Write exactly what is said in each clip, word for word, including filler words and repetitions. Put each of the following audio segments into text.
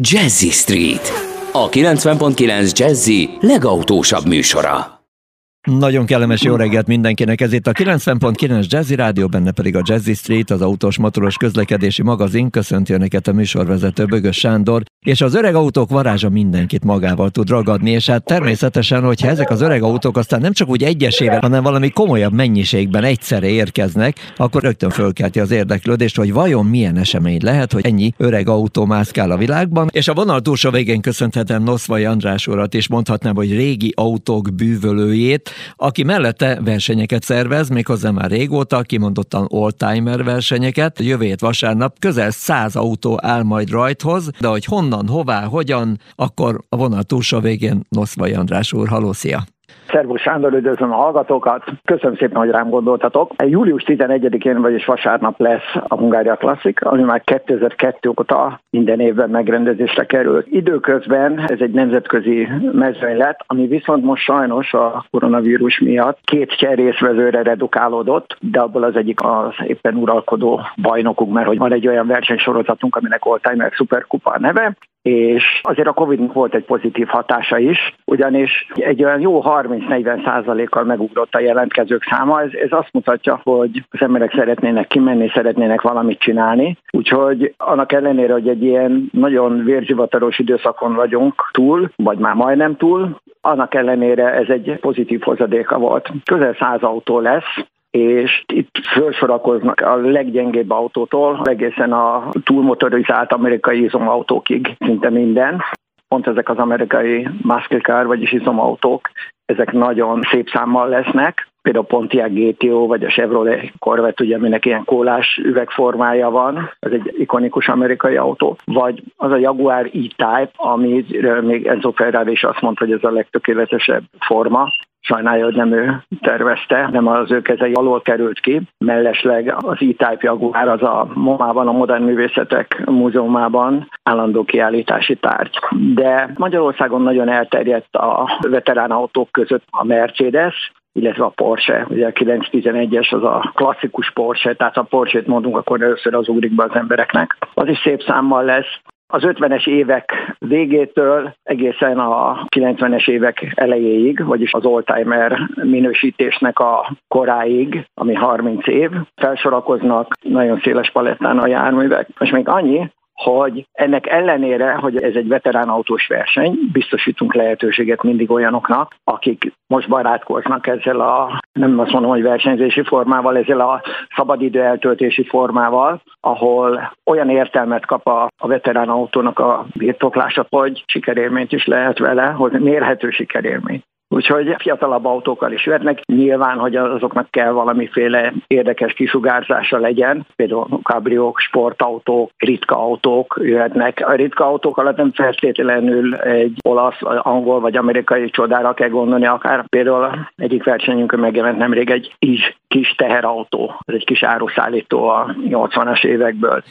Jazzy Street, a kilencven pont kilenc Jazzy legautósabb műsora. Nagyon kellemes jó reggelt mindenkinek, ez itt a kilencven pont kilenc Jazzy Rádió, benne pedig a Jazzy Street, az autós motoros közlekedési magazin. Köszönti önöket a műsorvezető Bögös Sándor, és az öreg autók varázsa mindenkit magával tud ragadni, és hát természetesen, hogyha ezek az öreg autók aztán nem csak úgy egyesével, hanem valami komolyabb mennyiségben egyszerre érkeznek, akkor rögtön fölkelti az érdeklődést, hogy vajon milyen esemény lehet, hogy ennyi öreg autó mászkál a világban. És a vonal túlsó végén köszönhetem Noszvai András urat, és mondhatnám, hogy régi autók bűvölőjét, aki mellette versenyeket szervez, méghozzá már régóta, kimondottan oldtimer versenyeket. Jövő hét vasárnap közel száz autó áll majd rajthoz, de hogy honnan, hová, hogyan, akkor a vonal túlsó végén Noszvai András úr. Halló, szia! Szervusz Sándor, üdvözlöm a hallgatókat, köszönöm szépen, hogy rám gondoltatok. július tizenegyedikén, vagyis vasárnap lesz a Hungária Classic, ami már kétezer-kettő óta minden évben megrendezésre került. Időközben ez egy nemzetközi mezőny lett, ami viszont most sajnos a koronavírus miatt két cserészvezőre redukálódott, de abból az egyik az éppen uralkodó bajnokunk, mert hogy van egy olyan versenysorozatunk, aminek Oldtimer Superkupa neve, és azért a Covid volt egy pozitív hatása is, ugyanis egy olyan jó harminc-negyven százalékkal megugrott a jelentkezők száma. Ez, ez azt mutatja, hogy az emberek szeretnének kimenni, szeretnének valamit csinálni. Úgyhogy annak ellenére, hogy egy ilyen nagyon vérzsivataros időszakon vagyunk túl, vagy már majdnem túl, annak ellenére ez egy pozitív hozadéka volt. Közel száz autó lesz, és itt felsorakoznak a leggyengébb autótól egészen a túlmotorizált amerikai izomautókig szinte minden. Pont ezek az amerikai muscle car, vagyis izomautók, ezek nagyon szép számmal lesznek. Például Pontiac gé té o, vagy a Chevrolet Corvette, ugye, aminek ilyen kólás üvegformája van, ez egy ikonikus amerikai autó. Vagy az a Jaguar E-Type, amiről még Enzo Ferrari is azt mondta, hogy ez a legtökéletesebb forma. Sajnálja, hogy nem ő tervezte, nem az ő kezei alól került ki. Mellesleg az E-Type Jaguar az a MoMA-ban, a Modern Művészetek Múzeumában állandó kiállítási tárgy. De Magyarországon nagyon elterjedt a veterán autók között a Mercedes, illetve a Porsche, ugye a kilencszáztizenegyes az a klasszikus Porsche, tehát ha Porsche-t mondunk, akkor először az ugrik be az embereknek. Az is szép számmal lesz. Az ötvenes évek végétől egészen a kilencvenes évek elejéig, vagyis az oldtimer minősítésnek a koráig, ami harminc év, felsorakoznak nagyon széles palettán a járművek. És még annyi, hogy ennek ellenére, hogy ez egy veterán autós verseny, biztosítunk lehetőséget mindig olyanoknak, akik most barátkoznak ezzel a, nem azt mondom, hogy versenyzési formával, ezzel a szabadidő eltöltési formával, ahol olyan értelmet kap a, a veterán autónak a birtoklása, hogy sikerélményt is lehet vele, hogy mérhető sikerélmény. Úgyhogy fiatalabb autókkal is jöhetnek. Nyilván, hogy azoknak kell valamiféle érdekes kisugárzása legyen. Például kabriók, sportautók, ritka autók jöhetnek. A ritka autók alatt nem feltétlenül egy olasz, angol vagy amerikai csodára kell gondolni, akár például egyik versenyünkön megjelent nemrég egy kis, kis teherautó. Ez egy kis áruszállító a nyolcvanas évekből.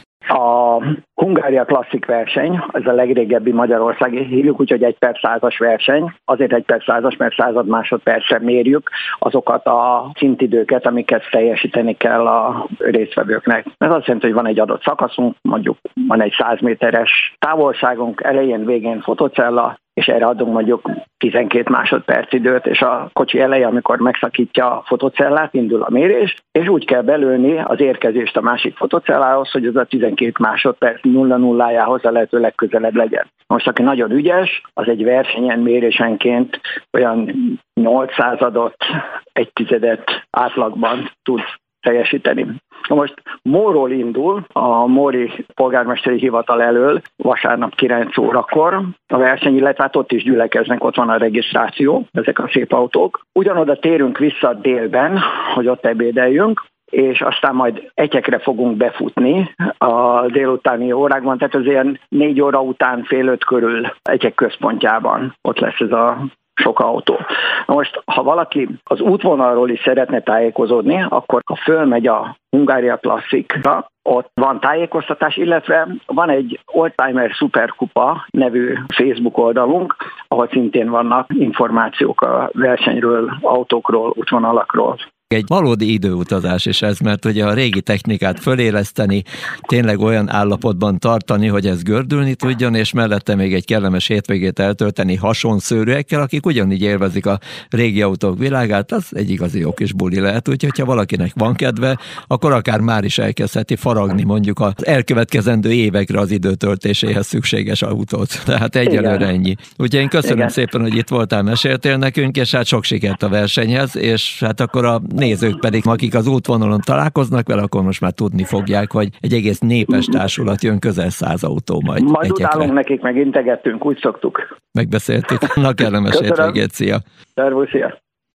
A Hungária Classic verseny, ez a legrégebbi magyarországi, hívjuk úgy, hogy egy per százas verseny. Azért egy per százas, mert század másodpercre mérjük azokat a szintidőket, amiket teljesíteni kell a résztvevőknek. Ez azt jelenti, hogy van egy adott szakaszunk, mondjuk van egy száz méteres távolságunk, elején, végén fotocella, és erre adunk mondjuk tizenkét másodperc időt, és a kocsi eleje, amikor megszakítja a fotocellát, indul a mérés, és úgy kell belőni az érkezést a másik fotocellához, hogy az a tizenkét másodperc nulla nullájához a lehető legközelebb legyen. Most, aki nagyon ügyes, az egy versenyen mérésenként olyan nyolcszázadot, egy tizedet átlagban tud teljesíteni. Most Móról indul, a Móri polgármesteri hivatal elől vasárnap kilenc órakor a verseny, illetve hát ott is gyülekeznek, ott van a regisztráció, ezek a szép autók. Ugyanoda térünk vissza délben, hogy ott ebédeljünk, és aztán majd egyekre fogunk befutni a délutáni órákban, tehát az ilyen négy óra után fél öt körül egyek központjában ott lesz ez a sok autó. Na most, ha valaki az útvonalról is szeretne tájékozódni, akkor ha fölmegy a Hungária Classicra, ott van tájékoztatás, illetve van egy Oldtimer Superkupa nevű Facebook oldalunk, ahol szintén vannak információk a versenyről, autókról, útvonalakról. Egy valódi időutazás is ez, mert ugye a régi technikát föléleszteni, tényleg olyan állapotban tartani, hogy ez gördülni tudjon, és mellette még egy kellemes hétvégét eltölteni hasonszőrűekkel, akik ugyanígy élvezik a régi autók világát, az egy igazi jó kis buli lehet, úgyhogy ha valakinek van kedve, akkor akár már is elkezdheti faragni mondjuk az elkövetkezendő évekre az időtöltéséhez szükséges autót. Tehát egyelőre ennyi. Úgyhogy én köszönöm Igen. szépen, hogy itt voltál, meséltél nekünk, és hát sok sikert a versenyhez, és hát akkor a nézők pedig, akik az útvonalon találkoznak vele, akkor most már tudni fogják, hogy egy egész népes társulat jön, közel száz autó majd. Majd utálunk nekik, meg integettünk, úgy szoktuk. Megbeszéltük. Na, kellemes hétvégét, szia! Szervusz, szia!